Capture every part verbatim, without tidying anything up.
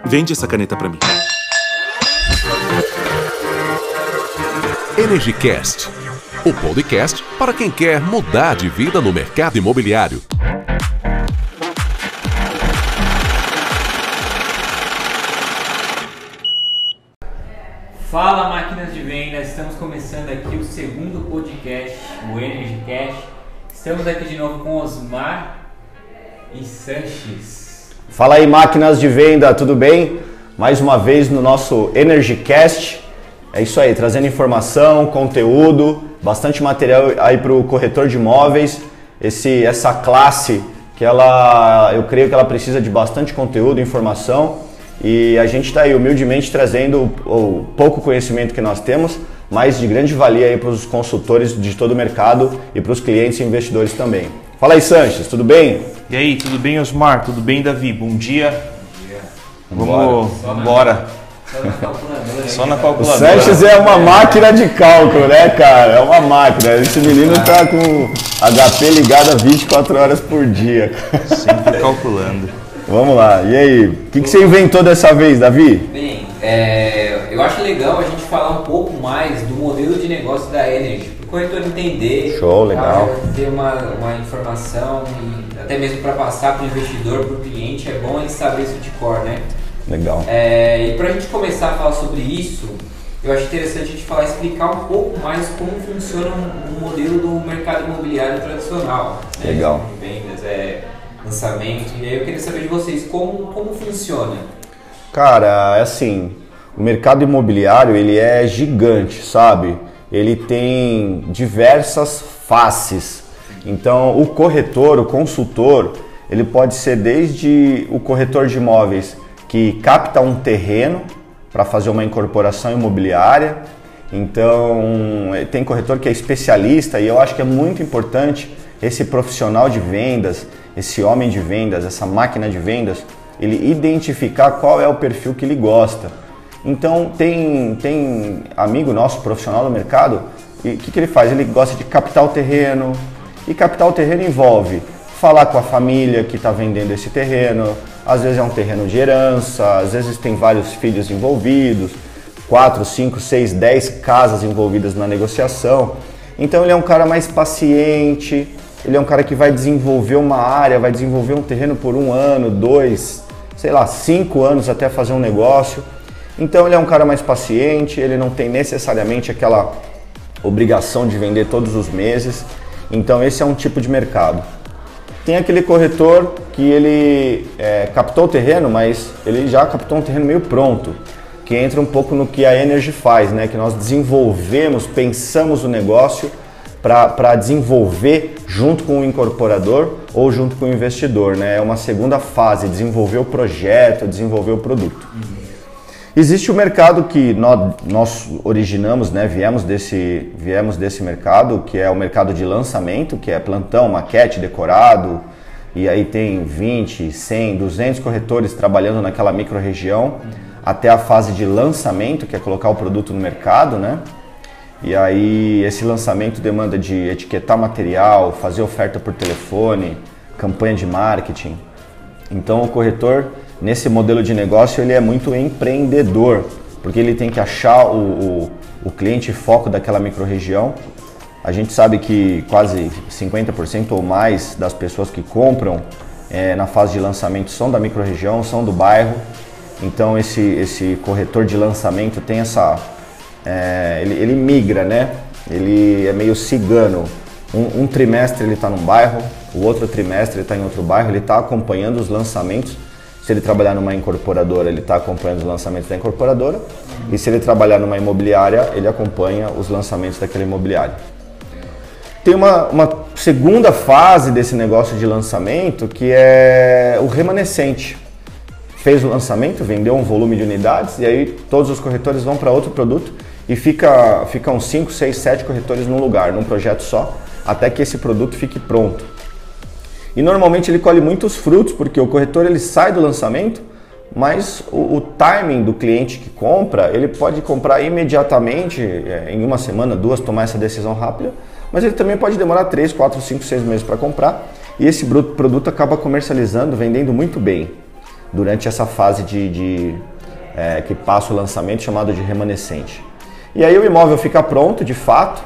Vende essa caneta pra mim. EnergyCast, o podcast para quem quer mudar de vida no mercado imobiliário. Fala, máquinas de vendas, estamos começando aqui o segundo podcast, o EnergyCast. Estamos aqui de novo com Osmar e Sanches. Fala aí, máquinas de venda, tudo bem? Mais uma vez no nosso EnergyCast. É isso aí, trazendo informação, conteúdo, bastante material aí para o corretor de imóveis. Esse, essa classe que ela, eu creio que ela precisa de bastante conteúdo, informação. E a gente está aí humildemente trazendo o, o pouco conhecimento que nós temos, mas de grande valia aí para os consultores de todo o mercado e para os clientes e investidores também. Fala aí, Sanches, tudo bem? E aí, tudo bem, Osmar? Tudo bem, Davi? Bom dia. Bom dia. Vamos embora. Só na calculadora. Só na O calculadora. Sanches é uma máquina de cálculo, né, cara? É uma máquina. Esse menino tá com H P ligado vinte e quatro horas por dia. Sempre calculando. Vamos lá, e aí? O que, que você inventou dessa vez, Davi? Bem, é, eu acho legal a gente falar um pouco mais do modelo de negócio da Energy, para o corretor entender. Show, legal. Pra ter uma, uma informação e até mesmo para passar para o investidor, para o cliente, é bom ele saber isso de cor, né? Legal. É, e para a gente começar a falar sobre isso, eu acho interessante a gente falar, explicar um pouco mais como funciona um, um modelo do mercado imobiliário tradicional. Né? Legal. Vendas, é, lançamento, e aí eu queria saber de vocês, como, como funciona? Cara, é assim, o mercado imobiliário ele é gigante, sabe? Ele tem diversas faces. Então, o corretor, o consultor, ele pode ser desde o corretor de imóveis que capta um terreno para fazer uma incorporação imobiliária. Então, tem corretor que é especialista e eu acho que é muito importante esse profissional de vendas, esse homem de vendas, essa máquina de vendas, ele identificar qual é o perfil que ele gosta. Então, tem, tem amigo nosso, profissional no mercado, e o que, que ele faz? Ele gosta de captar o terreno, e captar o terreno envolve falar com a família que está vendendo esse terreno, às vezes é um terreno de herança, às vezes tem vários filhos envolvidos, quatro, cinco, seis, dez casas envolvidas na negociação. Então ele é um cara mais paciente, ele é um cara que vai desenvolver uma área, vai desenvolver um terreno por um ano, dois, sei lá, cinco anos até fazer um negócio. Então ele é um cara mais paciente, ele não tem necessariamente aquela obrigação de vender todos os meses. Então esse é um tipo de mercado. Tem aquele corretor que ele é, captou o terreno, mas ele já captou um terreno meio pronto, que entra um pouco no que a Energy faz, né? Que nós desenvolvemos, pensamos o negócio para desenvolver junto com o incorporador ou junto com o investidor, né? É uma segunda fase, desenvolver o projeto, desenvolver o produto. Uhum. Existe o mercado que nós, nós originamos, né? Viemos desse, viemos desse mercado, que é o mercado de lançamento, que é plantão, maquete, decorado, e aí tem vinte, cem, duzentos corretores trabalhando naquela micro-região, uhum. até a fase de lançamento, que é colocar o produto no mercado, né? E aí esse lançamento demanda de etiquetar material, fazer oferta por telefone, campanha de marketing. Então o corretor, nesse modelo de negócio, ele é muito empreendedor, porque ele tem que achar o, o, o cliente foco daquela micro-região. A gente sabe que quase cinquenta por cento ou mais das pessoas que compram é, na fase de lançamento são da micro-região, são do bairro. Então esse, esse corretor de lançamento tem essa... É, ele, ele migra, né? Ele é meio cigano. Um, um trimestre ele está num bairro, o outro trimestre ele está em outro bairro, ele está acompanhando os lançamentos. Se ele trabalhar numa incorporadora, ele está acompanhando os lançamentos da incorporadora. Uhum. E se ele trabalhar numa imobiliária, ele acompanha os lançamentos daquela imobiliária. Tem uma, uma segunda fase desse negócio de lançamento que é o remanescente. Fez o lançamento, vendeu um volume de unidades e aí todos os corretores vão para outro produto e fica, ficam cinco, seis, sete corretores num lugar, num projeto só, até que esse produto fique pronto. E normalmente ele colhe muitos frutos, porque o corretor ele sai do lançamento, mas o, o timing do cliente que compra, ele pode comprar imediatamente, é, em uma semana, duas, tomar essa decisão rápida, mas ele também pode demorar três, quatro, cinco, seis meses para comprar e esse produto acaba comercializando, vendendo muito bem. durante essa fase de, de é, que passa o lançamento, chamado de remanescente. E aí o imóvel fica pronto, de fato,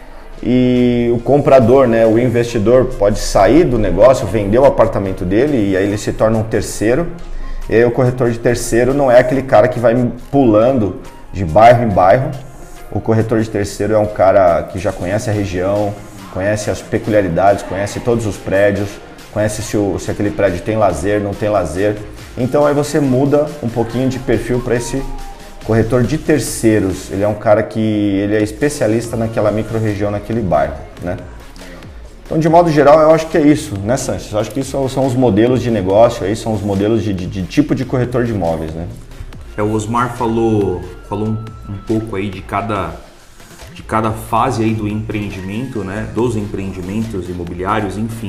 e o comprador, né, o investidor pode sair do negócio, vender o apartamento dele e aí ele se torna um terceiro. E aí o corretor de terceiro não é aquele cara que vai pulando de bairro em bairro. O corretor de terceiro é um cara que já conhece a região, conhece as peculiaridades, conhece todos os prédios, conhece se, o, se aquele prédio tem lazer, não tem lazer. Então aí você muda um pouquinho de perfil para esse corretor de terceiros. Ele é um cara que ele é especialista naquela micro-região, naquele bairro, né? Então, de modo geral, eu acho que é isso, né, Sanches? Eu acho que isso são os modelos de negócio, aí são os modelos de, de, de tipo de corretor de imóveis, né? É, o Osmar falou, falou um, um pouco aí de cada, de cada fase aí do empreendimento, né? Dos empreendimentos imobiliários, enfim.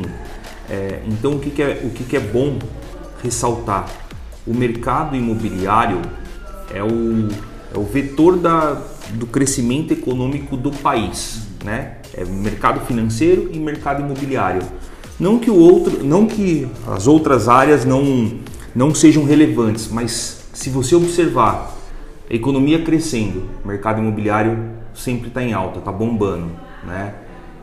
É, então, o que, que, é, o que, que é bom ressaltar? O mercado imobiliário é o, é o vetor da, do crescimento econômico do país, né? É mercado financeiro e mercado imobiliário. Não que o outro, não que as outras áreas não, não sejam relevantes, mas se você observar a economia crescendo, o mercado imobiliário sempre está em alta, está bombando, né?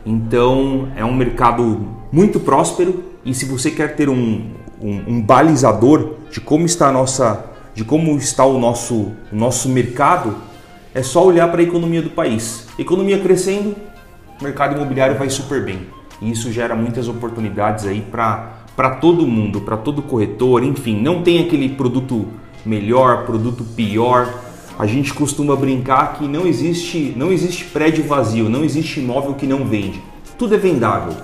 Então é um mercado muito próspero e se você quer ter um, um, um balizador de como está a nossa, de como está o nosso, o nosso mercado, é só olhar para a economia do país. Economia crescendo, o mercado imobiliário vai super bem. E isso gera muitas oportunidades aí para todo mundo, para todo corretor, enfim, não tem aquele produto melhor, produto pior. A gente costuma brincar que não existe, não existe prédio vazio, não existe imóvel que não vende. Tudo é vendável.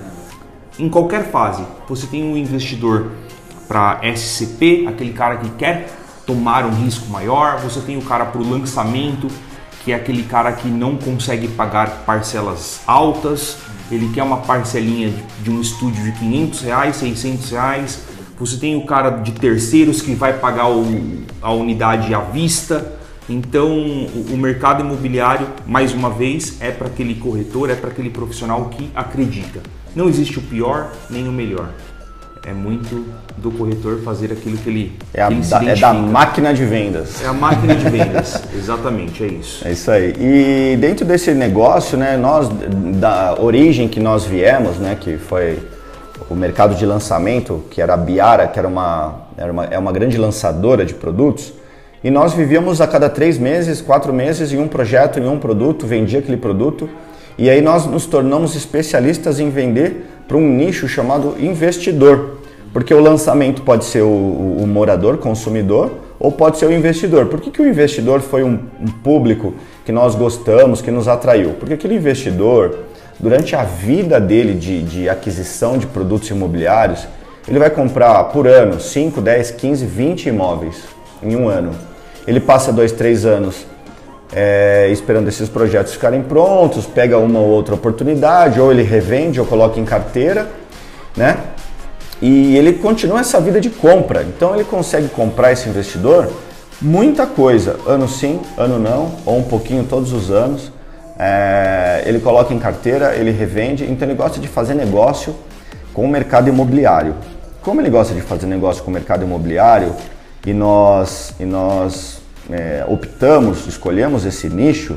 Em qualquer fase, você tem um investidor para S C P, aquele cara que quer tomar um risco maior, você tem o cara para o lançamento, que é aquele cara que não consegue pagar parcelas altas, ele quer uma parcelinha de um estúdio de quinhentos reais, seiscentos reais, você tem o cara de terceiros que vai pagar o, a unidade à vista. Então o, o mercado imobiliário, mais uma vez, é para aquele corretor, é para aquele profissional que acredita. Não existe o pior nem o melhor. É muito do corretor fazer aquilo que ele, é, a, que ele se da, identifica. É da máquina de vendas. É a máquina de vendas, exatamente, é isso. É isso aí. E dentro desse negócio, né, nós, da origem que nós viemos, né, que foi o mercado de lançamento, que era a Biara, que era uma, era uma, é uma grande lançadora de produtos, e nós vivíamos a cada três meses, quatro meses em um projeto, em um produto, vendia aquele produto, e aí nós nos tornamos especialistas em vender para um nicho chamado investidor, porque o lançamento pode ser o, o, o morador, consumidor, ou pode ser o investidor. Por que, que o investidor foi um, um público que nós gostamos, que nos atraiu? Porque aquele investidor, durante a vida dele de, de aquisição de produtos imobiliários, ele vai comprar por ano cinco, dez, quinze, vinte imóveis em um ano. Ele passa dois, três anos É, esperando esses projetos ficarem prontos, pega uma ou outra oportunidade, ou ele revende ou coloca em carteira, né? E ele continua essa vida de compra. Então ele consegue comprar, esse investidor, muita coisa, ano sim, ano não, ou um pouquinho todos os anos. É, ele coloca em carteira, ele revende, então ele gosta de fazer negócio com o mercado imobiliário. Como ele gosta de fazer negócio com o mercado imobiliário e nós, e nós É, optamos, escolhemos esse nicho,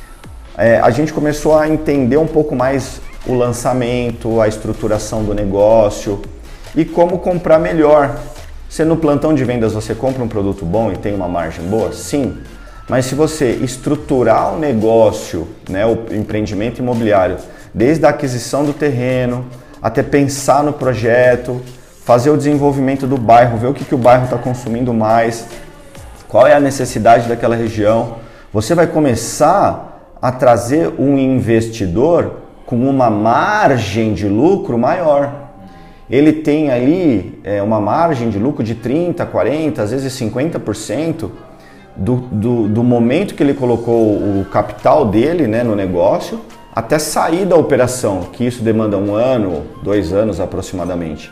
é, a gente começou a entender um pouco mais o lançamento, a estruturação do negócio e como comprar melhor. Se no plantão de vendas você compra um produto bom e tem uma margem boa, sim, mas se você estruturar o negócio, né, o empreendimento imobiliário, desde a aquisição do terreno até pensar no projeto, fazer o desenvolvimento do bairro, ver o que, que o bairro está consumindo mais, qual é a necessidade daquela região, você vai começar a trazer um investidor com uma margem de lucro maior. Ele tem ali é, uma margem de lucro de trinta, quarenta, às vezes cinquenta por cento do, do, do momento que ele colocou o capital dele, né, no negócio até sair da operação, que isso demanda um ano, dois anos aproximadamente.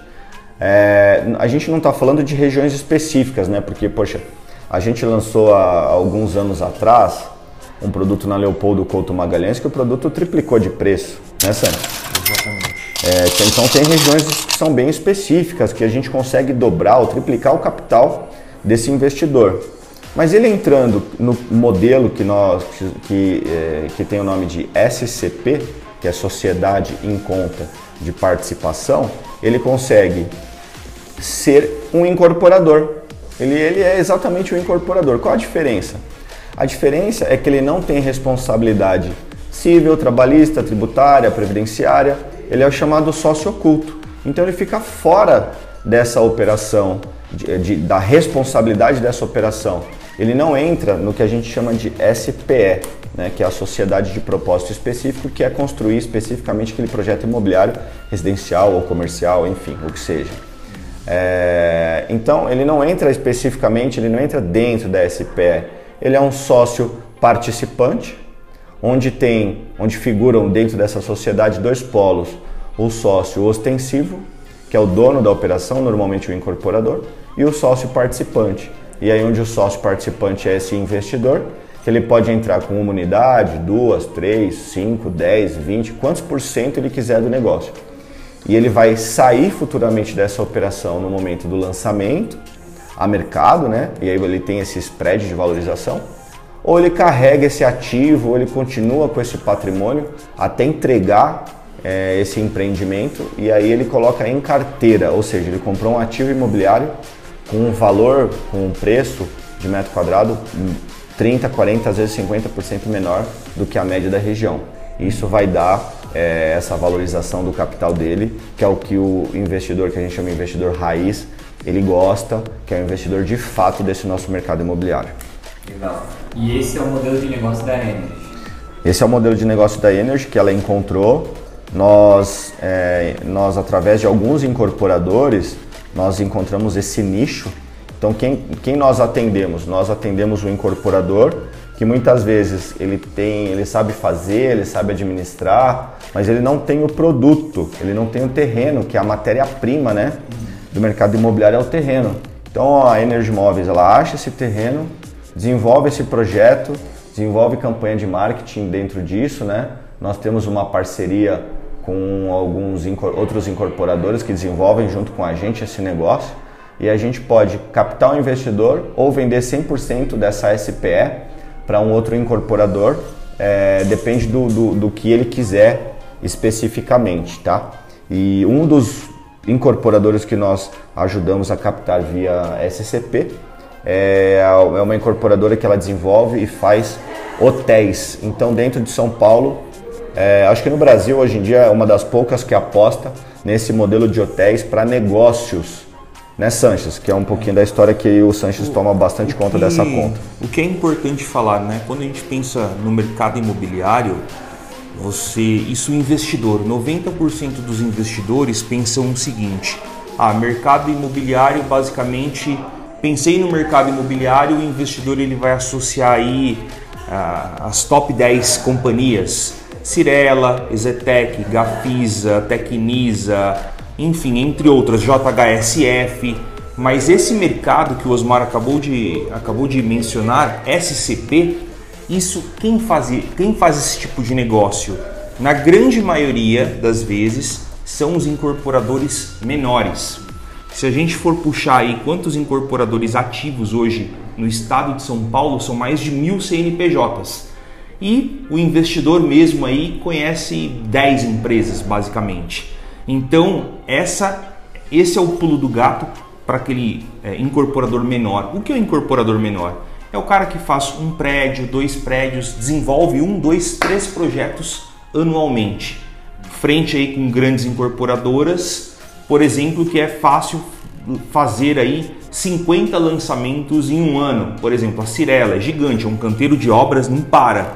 É, a gente não está falando de regiões específicas, né, porque, poxa, a gente lançou há alguns anos atrás um produto na Leopoldo Couto Magalhães que o produto triplicou de preço, né, Sandro? Exatamente. É, então tem regiões que são bem específicas, que a gente consegue dobrar ou triplicar o capital desse investidor. Mas ele entrando no modelo que, nós, que, é, que tem o nome de S C P, que é Sociedade em Conta de Participação, ele consegue ser um incorporador. Ele, ele é exatamente um incorporador. Qual a diferença? A diferença é que ele não tem responsabilidade civil, trabalhista, tributária, previdenciária. Ele é o chamado sócio oculto. Então ele fica fora dessa operação, de, de, da responsabilidade dessa operação. Ele não entra no que a gente chama de S P E, né, que é a Sociedade de Propósito Específico, que é construir especificamente aquele projeto imobiliário residencial ou comercial, enfim, o que seja. É, então ele não entra especificamente, ele não entra dentro da S P E. Ele é um sócio participante, onde tem, onde figuram dentro dessa sociedade dois polos: o sócio ostensivo, que é o dono da operação, normalmente o incorporador, e o sócio participante. E aí onde o sócio participante é esse investidor, que ele pode entrar com uma unidade, duas, três, cinco, dez, vinte, quantos por cento ele quiser do negócio. E ele vai sair futuramente dessa operação no momento do lançamento a mercado, né? E aí ele tem esse spread de valorização, ou ele carrega esse ativo, ou ele continua com esse patrimônio até entregar é, esse empreendimento, e aí ele coloca em carteira, ou seja, ele comprou um ativo imobiliário com um valor, com um preço de metro quadrado trinta, quarenta, às vezes cinquenta por cento menor do que a média da região. Isso vai dar é, essa valorização do capital dele, que é o que o investidor, que a gente chama de investidor raiz, ele gosta, que é o investidor de fato desse nosso mercado imobiliário. Legal. E esse é o modelo de negócio da Energy? Esse é o modelo de negócio da Energy que ela encontrou. Nós, é, nós através de alguns incorporadores, nós encontramos esse nicho. Então quem, quem nós atendemos? Nós atendemos o incorporador, que muitas vezes ele tem, ele sabe fazer, ele sabe administrar, mas ele não tem o produto, ele não tem o terreno, que é a matéria-prima, né, do mercado imobiliário, é o terreno. Então a Energy Móveis, ela acha esse terreno, desenvolve esse projeto, desenvolve campanha de marketing dentro disso, né? Nós temos uma parceria com alguns outros incorporadores que desenvolvem junto com a gente esse negócio, e a gente pode captar um investidor ou vender cem por cento dessa S P E para um outro incorporador, é, depende do, do, do que ele quiser especificamente, tá? E um dos incorporadores que nós ajudamos a captar via S C P é uma incorporadora que ela desenvolve e faz hotéis. Então dentro de São Paulo, É, acho que no Brasil hoje em dia é uma das poucas que aposta nesse modelo de hotéis para negócios, né, Sanches? Que é um pouquinho da história que o Sanches o, toma bastante conta que, dessa conta. O que é importante falar, né? Quando a gente pensa no mercado imobiliário, você, isso o investidor, noventa por cento dos investidores pensam o seguinte: ah, mercado imobiliário, basicamente, pensei no mercado imobiliário, o investidor ele vai associar aí ah, as top dez companhias. Cirela, Ezetec, Gafisa, Tecnisa, enfim, entre outras, J H S F. Mas esse mercado que o Osmar acabou de, acabou de mencionar, S C P, isso quem faz, quem faz esse tipo de negócio? Na grande maioria das vezes são os incorporadores menores. Se a gente for puxar aí quantos incorporadores ativos hoje no estado de São Paulo, são mais de mil C N P Js. E o investidor mesmo aí conhece dez empresas basicamente. Então essa, esse é o pulo do gato para aquele é, incorporador menor. O que é o incorporador menor? É o cara que faz um prédio, dois prédios, desenvolve um, dois, três projetos anualmente. Frente aí com grandes incorporadoras, por exemplo, que é fácil fazer aí cinquenta lançamentos em um ano. Por exemplo, a Cirela é gigante, é um canteiro de obras, não para.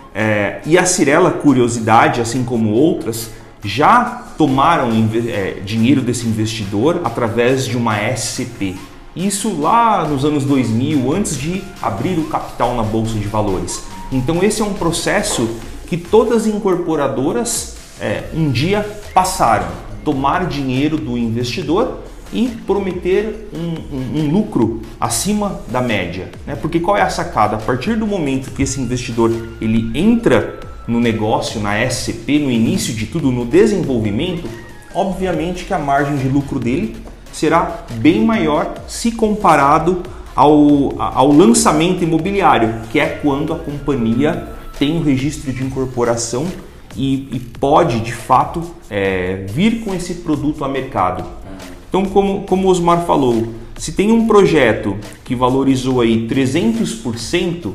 É, e a Cirela, curiosidade, assim como outras, já tomaram é, dinheiro desse investidor através de uma S C P. Isso lá nos anos dois mil, antes de abrir o capital na Bolsa de Valores. Então esse é um processo que todas as incorporadoras é, um dia passaram. Tomar dinheiro do investidor e prometer um, um, um lucro acima da média, né? Porque qual é a sacada? A partir do momento que esse investidor ele entra no negócio, na S C P, no início de tudo, no desenvolvimento, obviamente que a margem de lucro dele será bem maior se comparado ao, ao lançamento imobiliário, que é quando a companhia tem o registro de incorporação e, e pode, de fato, é, vir com esse produto a mercado. Então, como, como o Osmar falou, se tem um projeto que valorizou aí trezentos por cento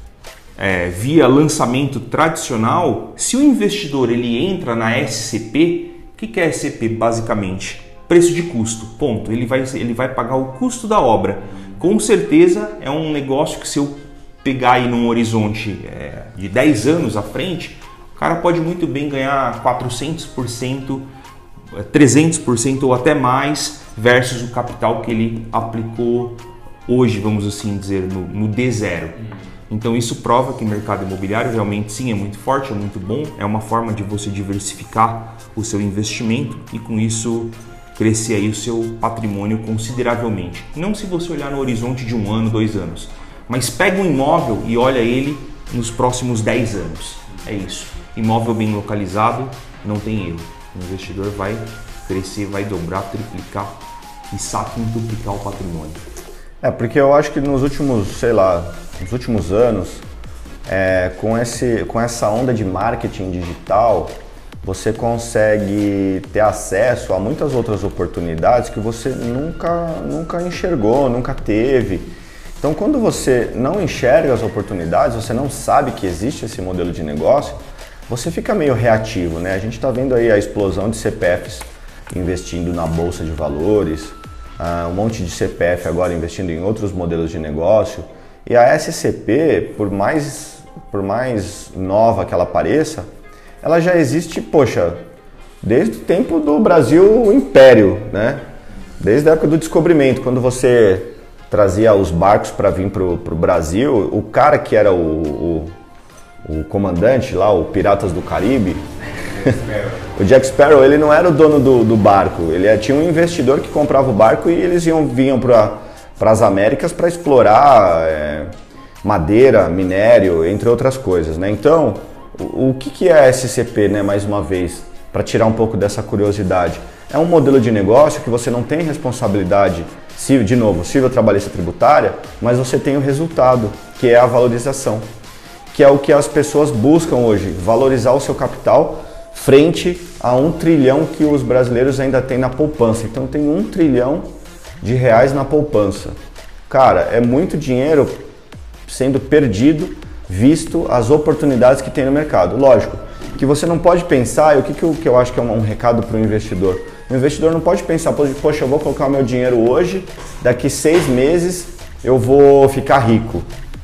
é, via lançamento tradicional, se o investidor ele entra na S C P, o que, que é S C P basicamente? Preço de custo, ponto. Ele vai, ele vai pagar o custo da obra. Com certeza é um negócio que, se eu pegar aí num horizonte é, de dez anos à frente, o cara pode muito bem ganhar quatrocentos por cento, trezentos por cento ou até mais versus o capital que ele aplicou hoje, vamos assim dizer, no, no D zero. Então isso prova que o mercado imobiliário realmente sim é muito forte, é muito bom, é uma forma de você diversificar o seu investimento e com isso crescer aí o seu patrimônio consideravelmente. Não se você olhar no horizonte de um ano, dois anos, mas pega um imóvel e olha ele nos próximos dez anos. É isso. Imóvel bem localizado, não tem erro. O investidor vai crescer, vai dobrar, triplicar e quintuplicar o patrimônio. É, porque eu acho que nos últimos, sei lá, nos últimos anos, é, com, esse, com essa onda de marketing digital, você consegue ter acesso a muitas outras oportunidades que você nunca, nunca enxergou, nunca teve. Então, quando você não enxerga as oportunidades, você não sabe que existe esse modelo de negócio, você fica meio reativo, né? A gente está vendo aí a explosão de C P Fs investindo na bolsa de valores, uh, um monte de C P F agora investindo em outros modelos de negócio. E a S C P, por mais, por mais nova que ela pareça, ela já existe, poxa, desde o tempo do Brasil Império, né? Desde a época do descobrimento, quando você trazia os barcos para vir para o Brasil, o cara que era o, o, o comandante lá, o Piratas do Caribe, o Jack Sparrow, ele não era o dono do, do barco, ele tinha um investidor que comprava o barco e eles iam, vinham para as Américas para explorar é, madeira, minério, entre outras coisas, né? Então, o, o que, que é a S C P, né, mais uma vez, para tirar um pouco dessa curiosidade? É um modelo de negócio que você não tem responsabilidade, de novo, civil trabalhista tributária, mas você tem o resultado, que é a valorização, que é o que as pessoas buscam hoje, valorizar o seu capital frente a um trilhão que os brasileiros ainda têm na poupança. Então tem um trilhão de reais na poupança. Cara, é muito dinheiro sendo perdido, visto as oportunidades que tem no mercado. Lógico que você não pode pensar, e o que, que, eu, que eu acho que é um, um recado para o investidor, o investidor não pode pensar, poxa, eu vou colocar o meu dinheiro hoje, daqui seis meses eu vou ficar rico.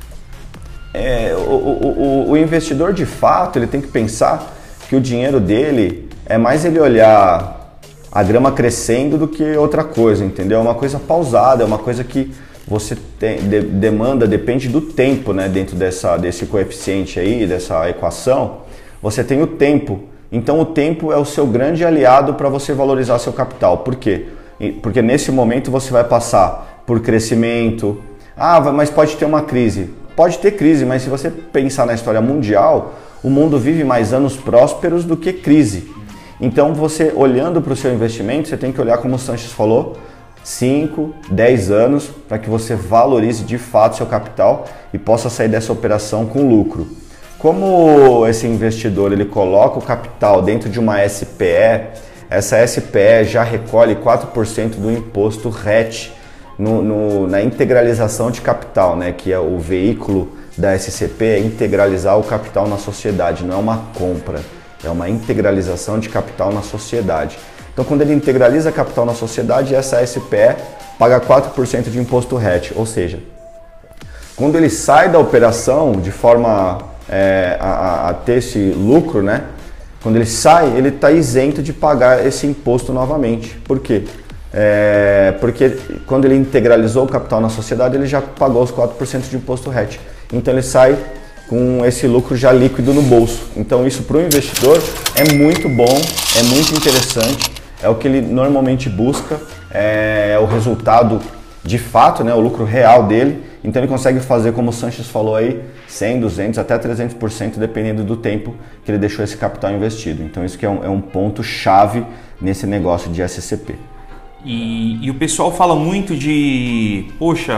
É, o, o, o, o investidor, de fato, ele tem que pensar que o dinheiro dele é mais ele olhar a grama crescendo do que outra coisa, entendeu? É uma coisa pausada, é uma coisa que você tem, de, demanda, depende do tempo, né? Dentro dessa, desse coeficiente aí, dessa equação, você tem o tempo. Então o tempo é o seu grande aliado para você valorizar seu capital. Por quê? Porque nesse momento você vai passar por crescimento. Ah, mas pode ter uma crise. Pode ter crise, mas se você pensar na história mundial, o mundo vive mais anos prósperos do que crise. Então você, olhando para o seu investimento, você tem que olhar, como o Sanches falou, cinco, dez anos para que você valorize de fato seu capital e possa sair dessa operação com lucro. Como esse investidor ele coloca o capital dentro de uma S P E, essa S P E já recolhe quatro por cento do imposto R E T no, no, na integralização de capital, né? Que é o veículo da S C P, é integralizar o capital na sociedade, não é uma compra, é uma integralização de capital na sociedade. Então, quando ele integraliza capital na sociedade, essa S P E paga quatro por cento de imposto R E T, ou seja, quando ele sai da operação de forma É, a, a ter esse lucro, né? Quando ele sai, ele está isento de pagar esse imposto novamente. Por quê? É, porque quando ele integralizou o capital na sociedade, ele já pagou os quatro por cento de imposto R E T. Então ele sai com esse lucro já líquido no bolso. Então isso para o investidor é muito bom, é muito interessante, é o que ele normalmente busca, é o resultado de fato, né? O lucro real dele. Então ele consegue fazer, como o Sanches falou aí, cem, duzentos, até trezentos por cento, dependendo do tempo que ele deixou esse capital investido. Então isso que é um, é um ponto chave nesse negócio de S C P. E, e o pessoal fala muito de, poxa,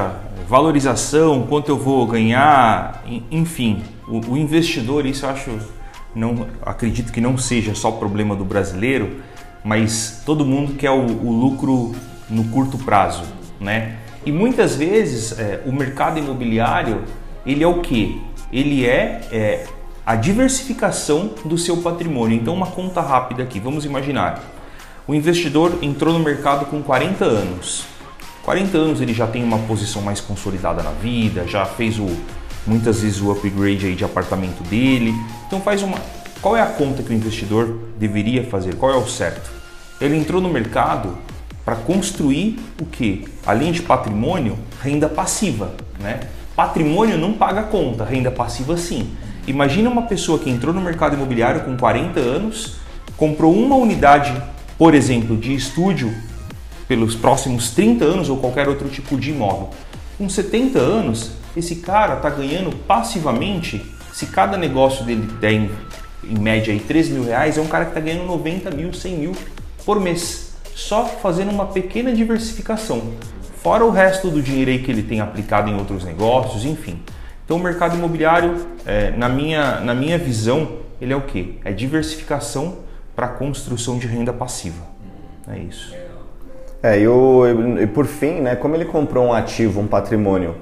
valorização, quanto eu vou ganhar, enfim, o, o investidor, isso eu acho, não acredito que não seja só problema do brasileiro, mas todo mundo quer o, o lucro no curto prazo, né? E muitas vezes é, o mercado imobiliário, ele é o quê? Ele é, é a diversificação do seu patrimônio. Então, uma conta rápida aqui, vamos imaginar, o investidor entrou no mercado com quarenta anos. quarenta anos ele já tem uma posição mais consolidada na vida, já fez o, muitas vezes o upgrade aí de apartamento dele. Então faz uma... Qual é a conta que o investidor deveria fazer? Qual é o certo? Ele entrou no mercado para construir o quê? Além de patrimônio, renda passiva, né? Patrimônio não paga conta, renda passiva sim. Imagina uma pessoa que entrou no mercado imobiliário com quarenta anos, comprou uma unidade, por exemplo, de estúdio pelos próximos trinta anos ou qualquer outro tipo de imóvel. Com setenta anos, esse cara está ganhando passivamente, se cada negócio dele der em, em média aí três mil reais, é um cara que está ganhando noventa mil, cem mil por mês, só fazendo uma pequena diversificação, fora o resto do dinheiro aí que ele tem aplicado em outros negócios, enfim. Então o mercado imobiliário, é, na, minha, na minha visão, ele é o quê? É diversificação para construção de renda passiva. É isso. É, e, o, e por fim, né, como ele comprou um ativo, um patrimônio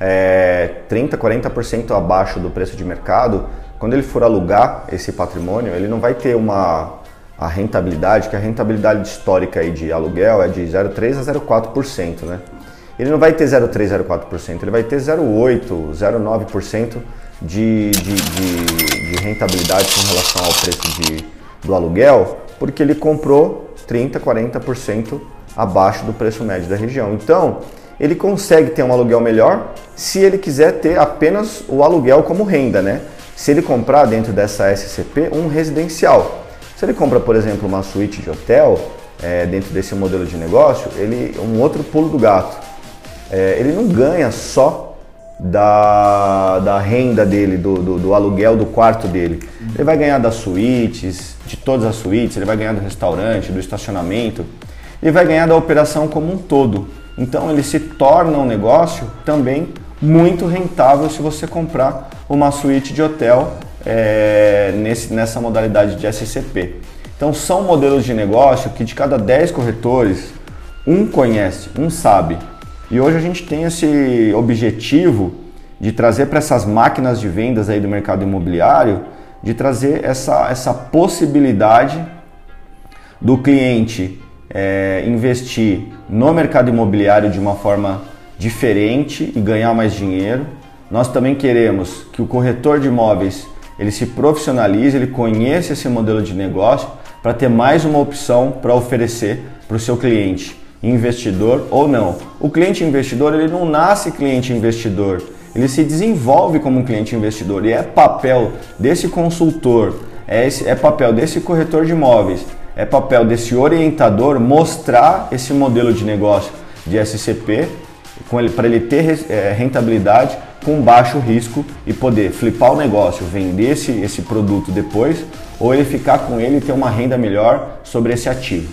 é, trinta, quarenta por cento abaixo do preço de mercado, quando ele for alugar esse patrimônio, ele não vai ter uma a rentabilidade, que a rentabilidade histórica aí de aluguel é de zero vírgula três por cento a zero vírgula quatro por cento, né? Ele não vai ter zero vírgula três, zero vírgula quatro por cento, ele vai ter zero vírgula oito por cento, zero vírgula nove por cento de, de, de, de rentabilidade com relação ao preço de, do aluguel, porque ele comprou trinta, quarenta por cento abaixo do preço médio da região. Então, ele consegue ter um aluguel melhor se ele quiser ter apenas o aluguel como renda, né? Se ele comprar dentro dessa S C P um residencial. Se ele compra, por exemplo, uma suíte de hotel, é, dentro desse modelo de negócio, ele um outro pulo do gato. É, ele não ganha só da, da renda dele, do, do, do aluguel do quarto dele. Ele vai ganhar das suítes, de todas as suítes, ele vai ganhar do restaurante, do estacionamento, ele vai ganhar da operação como um todo. Então ele se torna um negócio também muito rentável se você comprar uma suíte de hotel é, nesse, nessa modalidade de S C P. Então são modelos de negócio que de cada dez corretores, um conhece, um sabe. E hoje a gente tem esse objetivo de trazer para essas máquinas de vendas aí do mercado imobiliário, de trazer essa, essa possibilidade do cliente é, investir no mercado imobiliário de uma forma diferente e ganhar mais dinheiro. Nós também queremos que o corretor de imóveis ele se profissionalize, ele conheça esse modelo de negócio para ter mais uma opção para oferecer para o seu cliente, investidor ou não. O cliente investidor ele não nasce cliente investidor, ele se desenvolve como um cliente investidor e é papel desse consultor, é, esse, é papel desse corretor de imóveis, é papel desse orientador mostrar esse modelo de negócio de S C P para ele ter é, rentabilidade com baixo risco e poder flipar o negócio, vender esse, esse produto depois ou ele ficar com ele e ter uma renda melhor sobre esse ativo.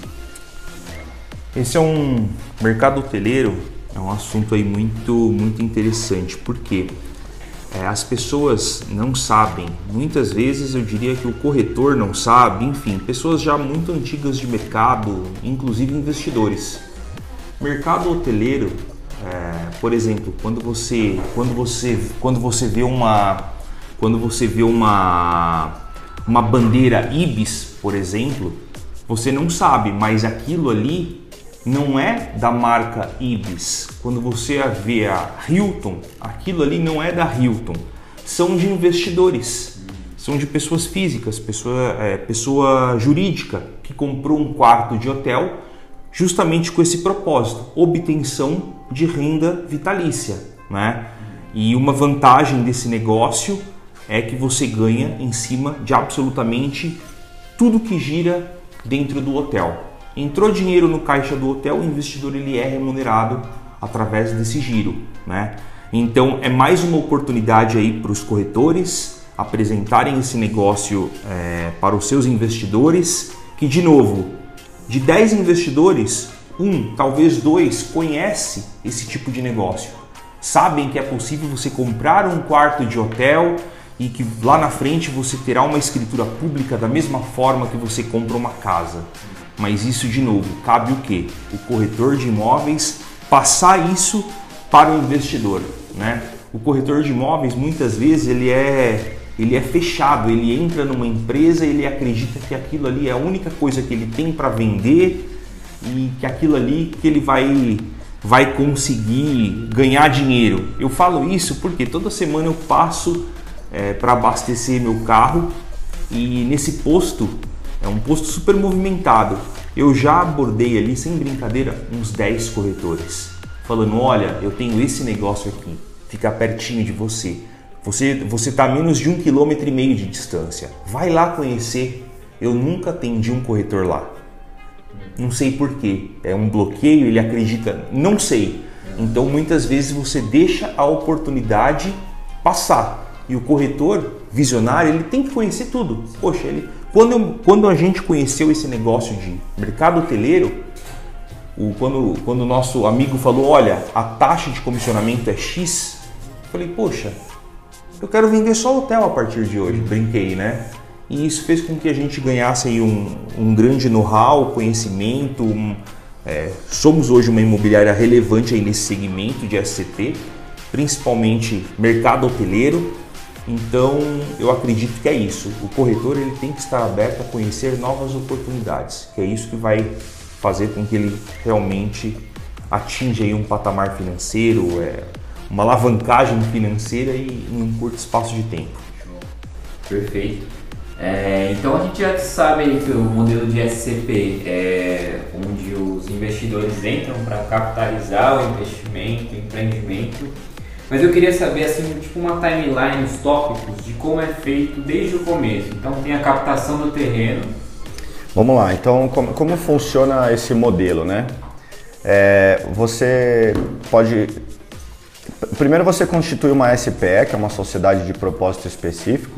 Esse é um mercado hoteleiro, é um assunto aí muito, muito interessante, porque é, as pessoas não sabem, muitas vezes eu diria que o corretor não sabe, enfim, pessoas já muito antigas de mercado, inclusive investidores. Mercado hoteleiro, é, por exemplo, quando você, quando você, quando você vê uma, quando você vê uma, uma bandeira Ibis, por exemplo, você não sabe, mas aquilo ali não é da marca Ibis. Quando você vê a Hilton, aquilo ali não é da Hilton. São de investidores, são de pessoas físicas, pessoa, é, pessoa jurídica que comprou um quarto de hotel justamente com esse propósito, obtenção de renda vitalícia, né? E uma vantagem desse negócio é que você ganha em cima de absolutamente tudo que gira dentro do hotel. Entrou dinheiro no caixa do hotel, o investidor ele é remunerado através desse giro, né? Então é mais uma oportunidade aí para os corretores apresentarem esse negócio é, para os seus investidores, que de novo, de dez investidores, um, talvez dois, conhece esse tipo de negócio. sabem que é possível você comprar um quarto de hotel e que lá na frente você terá uma escritura pública da mesma forma que você compra uma casa. Mas isso, de novo, cabe o quê? O corretor de imóveis passar isso para o investidor, né? O corretor de imóveis, muitas vezes, ele é, ele é fechado, ele entra numa empresa, ele acredita que aquilo ali é a única coisa que ele tem para vender e que aquilo ali que ele vai, vai conseguir ganhar dinheiro. Eu falo isso porque toda semana eu passo é, para abastecer meu carro e nesse posto, é um posto super movimentado, eu já abordei ali, sem brincadeira, uns dez corretores, falando, olha, eu tenho esse negócio aqui, fica pertinho de você, você você está a menos de um quilômetro e meio de distância, vai lá conhecer. Eu nunca atendi um corretor lá, não sei porquê, é um bloqueio, ele acredita, não sei. Então muitas vezes você deixa a oportunidade passar e o corretor visionário, ele tem que conhecer tudo. Poxa, ele, quando, eu, quando a gente conheceu esse negócio de mercado hoteleiro, o, quando, quando o nosso amigo falou, olha, a taxa de comissionamento é X, eu falei, poxa, eu quero vender só hotel a partir de hoje, brinquei, né? E isso fez com que a gente ganhasse aí um, um grande know-how, conhecimento, um, é, somos hoje uma imobiliária relevante aí nesse segmento de S C T, principalmente mercado hoteleiro. Então eu acredito que é isso, o corretor ele tem que estar aberto a conhecer novas oportunidades, que é isso que vai fazer com que ele realmente atinja aí um patamar financeiro, é, uma alavancagem financeira e em um curto espaço de tempo. Perfeito. É, então a gente já sabe aí que o modelo de S C P é onde os investidores entram para capitalizar o investimento, o empreendimento. Mas eu queria saber assim, tipo uma timeline, os tópicos de como é feito desde o começo. Então tem a captação do terreno. Vamos lá, então como, como funciona esse modelo, né? É, você pode... Primeiro você constitui uma S P E, que é uma sociedade de propósito específico.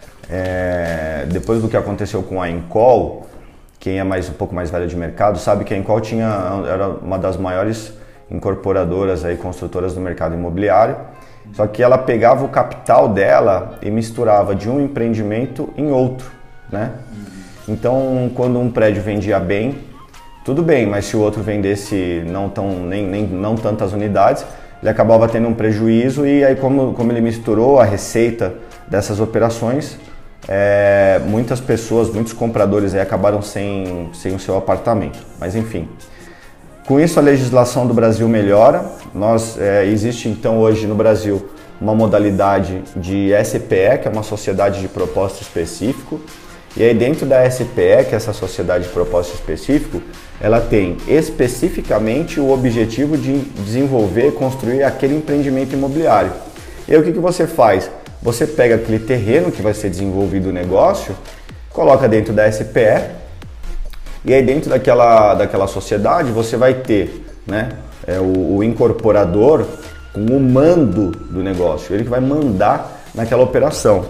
É, depois do que aconteceu com a Encol, quem é mais, um pouco mais velho de mercado sabe que a Encol tinha, era uma das maiores incorporadoras, aí, construtoras do mercado imobiliário, só que ela pegava o capital dela e misturava de um empreendimento em outro, né? Então, quando um prédio vendia bem, tudo bem, mas se o outro vendesse não, tão, nem, nem, não tantas unidades, ele acabava tendo um prejuízo e aí como, como ele misturou a receita dessas operações, é, muitas pessoas, muitos compradores aí acabaram sem, sem o seu apartamento, mas enfim. Com isso a legislação do Brasil melhora, Nós, é, existe então hoje no Brasil uma modalidade de S P E, que é uma sociedade de propósito específico, e aí dentro da S P E, que é essa sociedade de propósito específico, ela tem especificamente o objetivo de desenvolver e construir aquele empreendimento imobiliário. E aí o que, que você faz? Você pega aquele terreno que vai ser desenvolvido o negócio, coloca dentro da S P E, e aí dentro daquela, daquela sociedade você vai ter, né, é, o, o incorporador com o mando do negócio, ele que vai mandar naquela operação.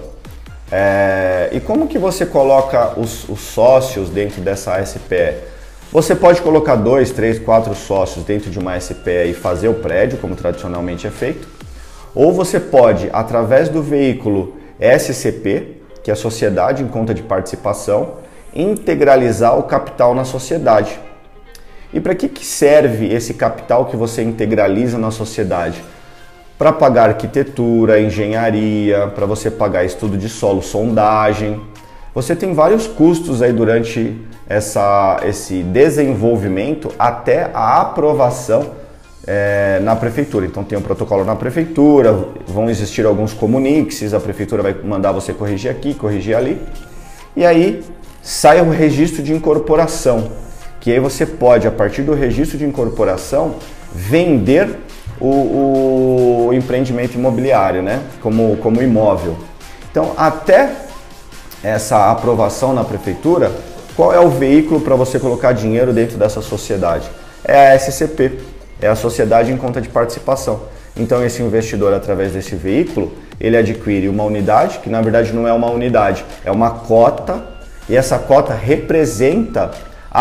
É, e como que você coloca os, os sócios dentro dessa S P E? Você pode colocar dois, três, quatro sócios dentro de uma S P E e fazer o prédio, como tradicionalmente é feito. Ou você pode, através do veículo S C P, que é a Sociedade em Conta de Participação, integralizar o capital na sociedade. E para que, que serve esse capital que você integraliza na sociedade? Para pagar arquitetura, engenharia, para você pagar estudo de solo, sondagem. Você tem vários custos aí durante essa, esse desenvolvimento até a aprovação é, na prefeitura. Então tem um protocolo na prefeitura, vão existir alguns comuniques, a prefeitura vai mandar você corrigir aqui, corrigir ali. E aí sai o registro de incorporação, que aí você pode, a partir do registro de incorporação, vender o, o empreendimento imobiliário, né? como, como imóvel. Então, até essa aprovação na prefeitura, qual é o veículo para você colocar dinheiro dentro dessa sociedade? É a S C P, é a Sociedade em Conta de Participação. Então, esse investidor, através desse veículo, ele adquire uma unidade, que na verdade não é uma unidade, é uma cota. E essa cota representa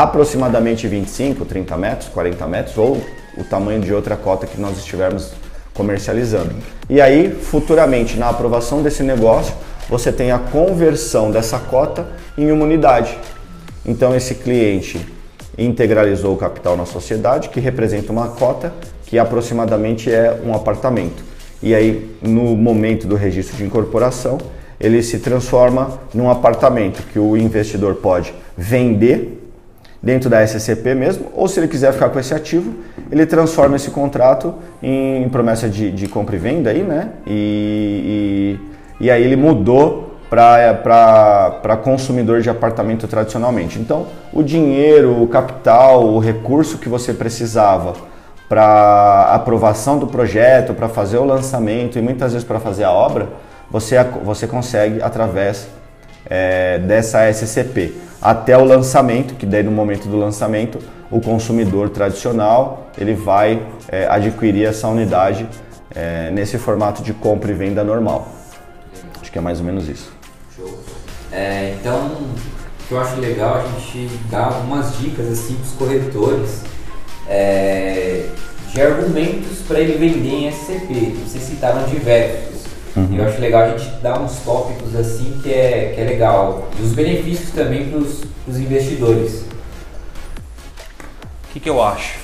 aproximadamente vinte e cinco, trinta metros, quarenta metros ou o tamanho de outra cota que nós estivermos comercializando. E aí, futuramente, na aprovação desse negócio, você tem a conversão dessa cota em uma unidade. Então, esse cliente integralizou o capital na sociedade, que representa uma cota, que aproximadamente é um apartamento. E aí, no momento do registro de incorporação, ele se transforma num apartamento que o investidor pode vender dentro da S C P mesmo, ou se ele quiser ficar com esse ativo, ele transforma esse contrato em promessa de, de compra e venda, aí, né? e, e, e aí ele mudou para consumidor de apartamento tradicionalmente. Então, o dinheiro, o capital, o recurso que você precisava para aprovação do projeto, para fazer o lançamento e muitas vezes para fazer a obra, você, você consegue através é, dessa S C P. Até o lançamento, que daí no momento do lançamento, o consumidor tradicional ele vai é, adquirir essa unidade é, nesse formato de compra e venda normal. Acho que é mais ou menos isso. Show. É, então, o que eu acho legal a gente dar algumas dicas assim para os corretores é, de argumentos para ele vender em S C P. Vocês citaram diversos. Uhum. Eu acho legal a gente dar uns tópicos assim que é, que é legal. E os benefícios também para os investidores. O que, que eu acho?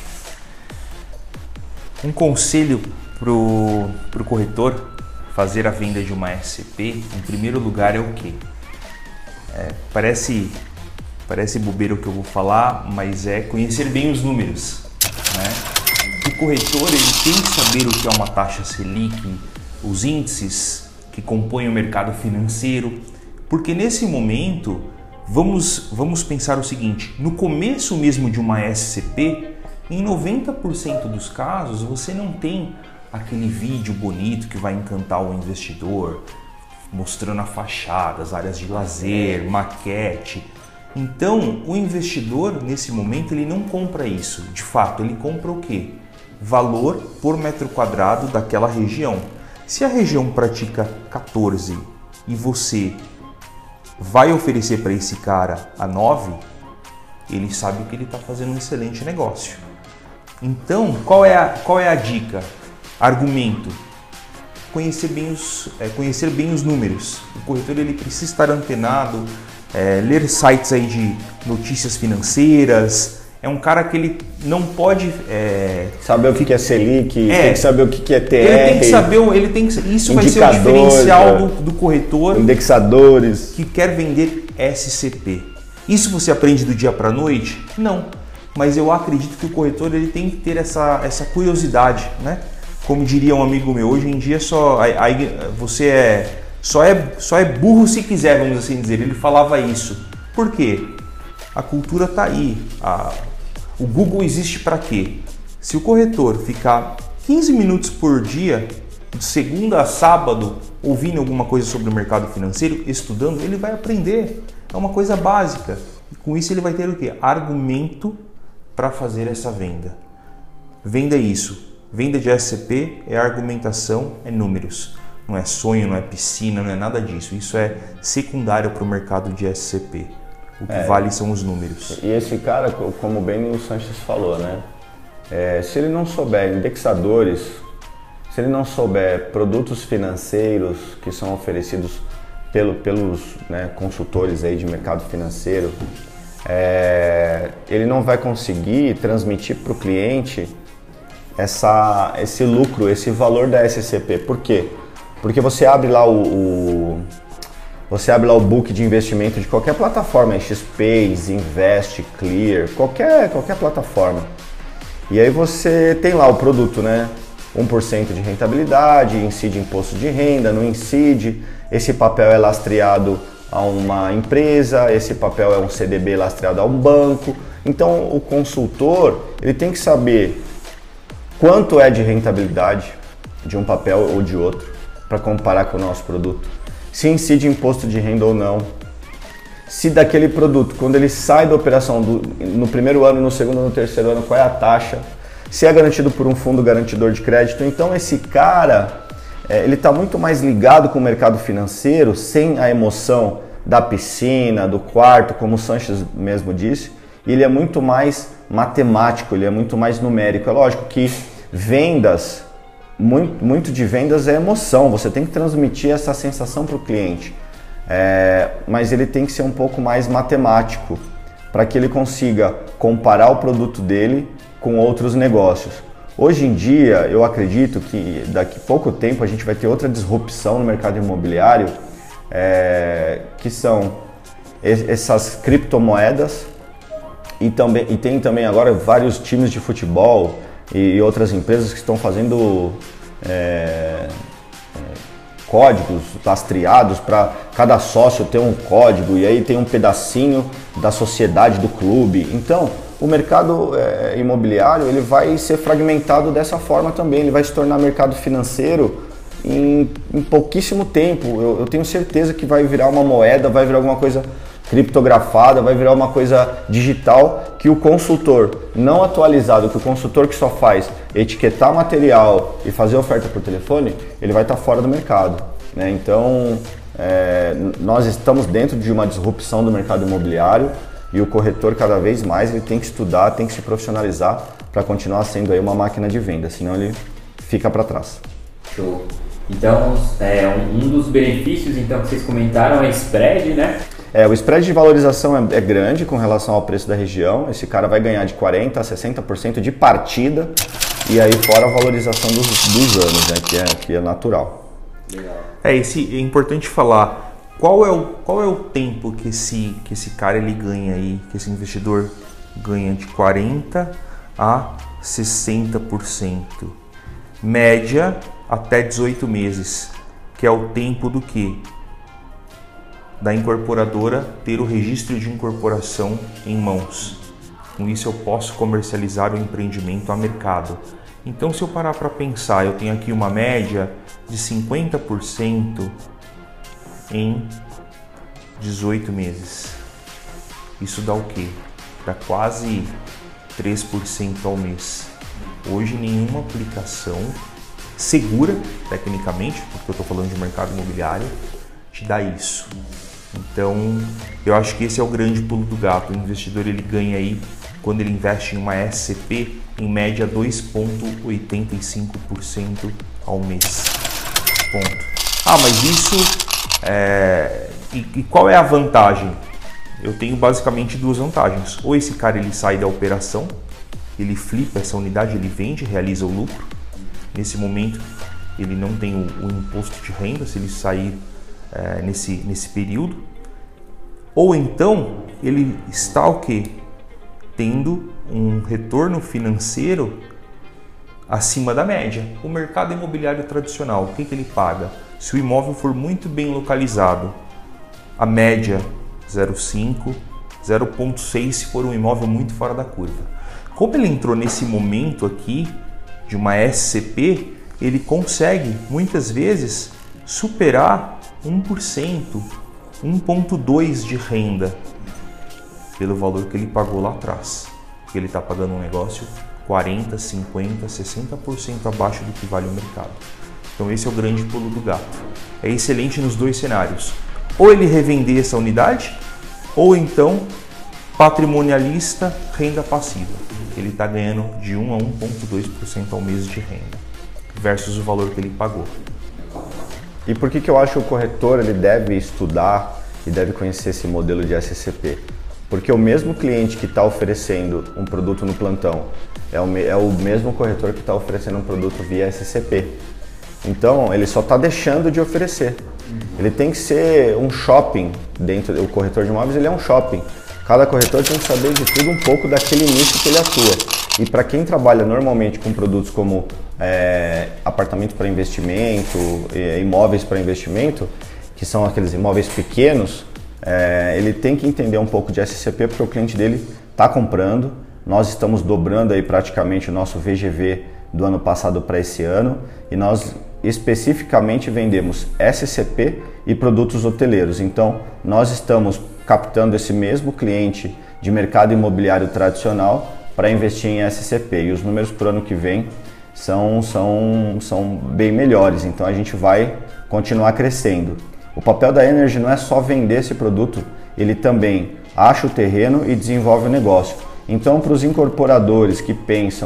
Um conselho para o corretor fazer a venda de uma S C P, em primeiro lugar, é o quê? É, parece, parece bobeira o que eu vou falar, mas é conhecer bem os números, né? O corretor ele tem que saber o que é uma taxa Selic, os índices que compõem o mercado financeiro, porque nesse momento vamos, vamos pensar o seguinte: no começo mesmo de uma S C P, em noventa por cento dos casos você não tem aquele vídeo bonito que vai encantar o investidor, mostrando a fachada, as áreas de lazer, maquete. Então o investidor nesse momento ele não compra isso, de fato ele compra o quê? Valor por metro quadrado daquela região. Se a região pratica quatorze e você vai oferecer para esse cara a nove, ele sabe que ele está fazendo um excelente negócio. Então, qual é a, qual é a dica? Argumento. Conhecer bem, os, é, conhecer bem os números. O corretor ele precisa estar antenado, é, ler sites aí de notícias financeiras. É um cara que ele não pode... É, saber o que é Selic, é, tem que saber o que é T R. Ele tem que saber, ele tem que, isso vai ser o diferencial do, do corretor. Indexadores. Que quer vender S C P. Isso você aprende do dia para a noite? Não. Mas eu acredito que o corretor ele tem que ter essa, essa curiosidade, né? Como diria um amigo meu, hoje em dia só, a, a, você é só, é só é burro se quiser, vamos assim dizer. Ele falava isso. Por quê? A cultura está aí. A, o Google existe para quê? Se o corretor ficar quinze minutos por dia, de segunda a sábado, ouvindo alguma coisa sobre o mercado financeiro, estudando, ele vai aprender. É uma coisa básica. E com isso ele vai ter o quê? Argumento para fazer essa venda. Venda é isso. Venda de S C P é argumentação, é números. Não é sonho, não é piscina, não é nada disso. Isso é secundário para o mercado de S C P. O que é, vale são os números. E esse cara, como bem o Sanches falou, né? É, se ele não souber indexadores, se ele não souber produtos financeiros que são oferecidos pelo, pelos né, consultores aí de mercado financeiro, é, ele não vai conseguir transmitir para o cliente essa, esse lucro, esse valor da S C P. Por quê? Porque você abre lá o, o você abre lá o book de investimento de qualquer plataforma, X P, Invest, Clear, qualquer, qualquer plataforma. E aí você tem lá o produto, né? um por cento de rentabilidade, incide imposto de renda, não incide, esse papel é lastreado a uma empresa, esse papel é um C D B lastreado a um banco. Então o consultor ele tem que saber quanto é de rentabilidade de um papel ou de outro para comparar com o nosso produto, se incide imposto de renda ou não, se daquele produto, quando ele sai da operação do, no primeiro ano, no segundo, no terceiro ano, qual é a taxa, se é garantido por um fundo garantidor de crédito. Então esse cara, é, ele está muito mais ligado com o mercado financeiro, sem a emoção da piscina, do quarto, como o Sanches mesmo disse, e ele é muito mais matemático, ele é muito mais numérico. É lógico que vendas muito, muito de vendas é emoção, você tem que transmitir essa sensação para o cliente, é, mas ele tem que ser um pouco mais matemático, para que ele consiga comparar o produto dele com outros negócios. Hoje em dia, eu acredito que daqui a pouco tempo a gente vai ter outra disrupção no mercado imobiliário, é, que são essas criptomoedas, e, também, e tem também agora vários times de futebol e, e outras empresas que estão fazendo é, é, códigos lastreados para cada sócio ter um código, e aí tem um pedacinho da sociedade do clube. Então, o mercado é, imobiliário ele vai ser fragmentado dessa forma também, ele vai se tornar mercado financeiro em, em pouquíssimo tempo. Eu, eu tenho certeza que vai virar uma moeda, vai virar alguma coisa criptografada, vai virar uma coisa digital, que o consultor não atualizado, que o consultor que só faz etiquetar material e fazer oferta por telefone, ele vai estar fora do mercado, né? Então, é, nós estamos dentro de uma disrupção do mercado imobiliário, e o corretor cada vez mais ele tem que estudar, tem que se profissionalizar para continuar sendo aí uma máquina de venda, senão ele fica para trás. Show. Então, é, um dos benefícios então, que vocês comentaram é spread, né? É, o spread de valorização é, é grande com relação ao preço da região. Esse cara vai ganhar de quarenta por cento a sessenta por cento de partida, e aí fora a valorização dos, dos anos, né, que, é, que é natural. Legal. É, esse, é importante falar. Qual é o, qual é o tempo que esse, que esse cara ele ganha aí, que esse investidor ganha de quarenta por cento a sessenta por cento? Média até dezoito meses, que é o tempo do quê? Da incorporadora ter o registro de incorporação em mãos. Com isso eu posso comercializar o empreendimento a mercado. Então, se eu parar para pensar, eu tenho aqui uma média de cinquenta por cento em dezoito meses. Isso dá o quê? Dá quase três por cento ao mês. Hoje nenhuma aplicação segura, tecnicamente, porque eu estou falando de mercado imobiliário, te dá isso. Então, eu acho que esse é o grande pulo do gato. O investidor ele ganha aí, quando ele investe em uma S C P, em média dois vírgula oitenta e cinco por cento ao mês. Ponto. Ah, mas isso... É, e, e qual é a vantagem? Eu tenho basicamente duas vantagens. Ou esse cara ele sai da operação, ele flipa essa unidade, ele vende, realiza o lucro. Nesse momento ele não tem o, o imposto de renda se ele sair é, nesse, nesse período. Ou então ele está o quê? Tendo um retorno financeiro acima da média. O mercado imobiliário tradicional, o que, que ele paga? Se o imóvel for muito bem localizado, a média zero vírgula cinco, zero vírgula seis se for um imóvel muito fora da curva. Como ele entrou nesse momento aqui de uma S C P, ele consegue muitas vezes superar um por cento, um vírgula dois por cento de renda pelo valor que ele pagou lá atrás. Porque ele está pagando um negócio quarenta por cento, cinquenta por cento, sessenta por cento abaixo do que vale o mercado. Então esse é o grande pulo do gato. É excelente nos dois cenários. Ou ele revender essa unidade, ou então patrimonialista, renda passiva. Ele está ganhando de um a um vírgula dois por cento ao mês de renda, versus o valor que ele pagou. E por que, que eu acho que o corretor ele deve estudar e deve conhecer esse modelo de S C P? Porque o mesmo cliente que está oferecendo um produto no plantão é o, é o mesmo corretor que está oferecendo um produto via S C P. Então, ele só está deixando de oferecer. Ele tem que ser um shopping dentro do corretor de imóveis, ele é um shopping. Cada corretor tem que saber de tudo um pouco daquele nicho que ele atua. E para quem trabalha normalmente com produtos como é, apartamento para investimento, é, imóveis para investimento, que são aqueles imóveis pequenos, é, ele tem que entender um pouco de S C P, porque o cliente dele está comprando. Nós estamos dobrando aí praticamente o nosso V G V do ano passado para esse ano, e nós especificamente vendemos S C P e produtos hoteleiros. Então, nós estamos captando esse mesmo cliente de mercado imobiliário tradicional para investir em S C P. E os números para o ano que vem são, são, são bem melhores. Então, a gente vai continuar crescendo. O papel da Energy não é só vender esse produto, ele também acha o terreno e desenvolve o negócio. Então, para os incorporadores que pensam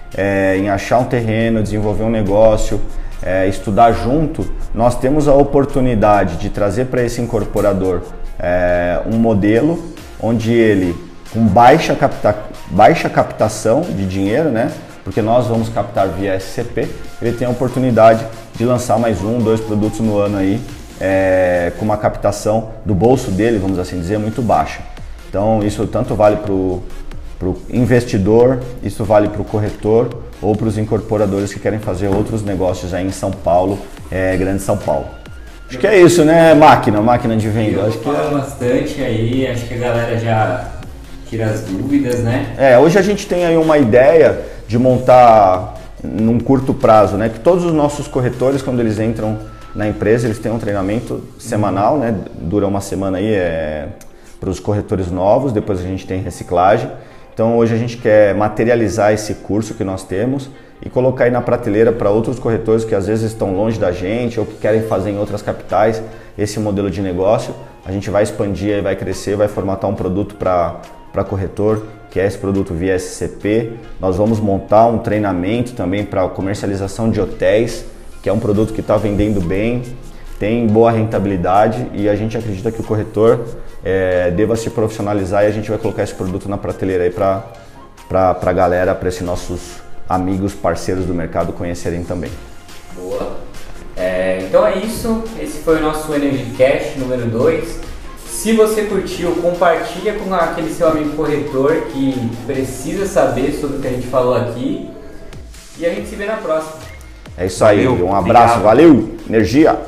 é, em achar um terreno, desenvolver um negócio, é, estudar junto, nós temos a oportunidade de trazer para esse incorporador é, um modelo onde ele, com baixa, capta, baixa captação de dinheiro, né? Porque nós vamos captar via S C P, ele tem a oportunidade de lançar mais um, dois produtos no ano aí, é, com uma captação do bolso dele, vamos assim dizer, muito baixa. Então isso tanto vale para o investidor, isso vale para o corretor ou para os incorporadores que querem fazer outros negócios aí em São Paulo, é, Grande São Paulo. Acho que é isso, né, máquina, máquina de venda. Eu acho que falo é... bastante aí, acho que a galera já tira as dúvidas, né? É, hoje a gente tem aí uma ideia de montar num curto prazo, né, que todos os nossos corretores, quando eles entram na empresa, eles têm um treinamento semanal, né, dura uma semana aí, é, para os corretores novos, depois a gente tem reciclagem. Então hoje a gente quer materializar esse curso que nós temos e colocar aí na prateleira para outros corretores que às vezes estão longe da gente ou que querem fazer em outras capitais esse modelo de negócio. A gente vai expandir, vai crescer, vai formatar um produto para para corretor, que é esse produto via S C P. Nós vamos montar um treinamento também para comercialização de hotéis, que é um produto que está vendendo bem, tem boa rentabilidade e a gente acredita que o corretor é, deva se profissionalizar e a gente vai colocar esse produto na prateleira aí para para a galera, para esses nossos amigos, parceiros do mercado conhecerem também. Boa. É, então é isso, esse foi o nosso Energy Cash número dois. Se você curtiu, compartilha com aquele seu amigo corretor que precisa saber sobre o que a gente falou aqui e a gente se vê na próxima. É isso aí, Valeu, um abraço, obrigado. Valeu, energia!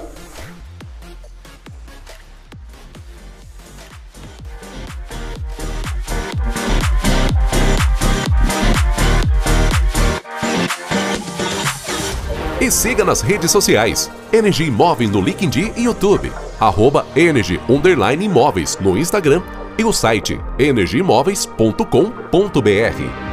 E siga nas redes sociais, Energy Imóveis no LinkedIn e YouTube, arroba Energy Underline Imóveis no Instagram e o site energy imóveis ponto com ponto br.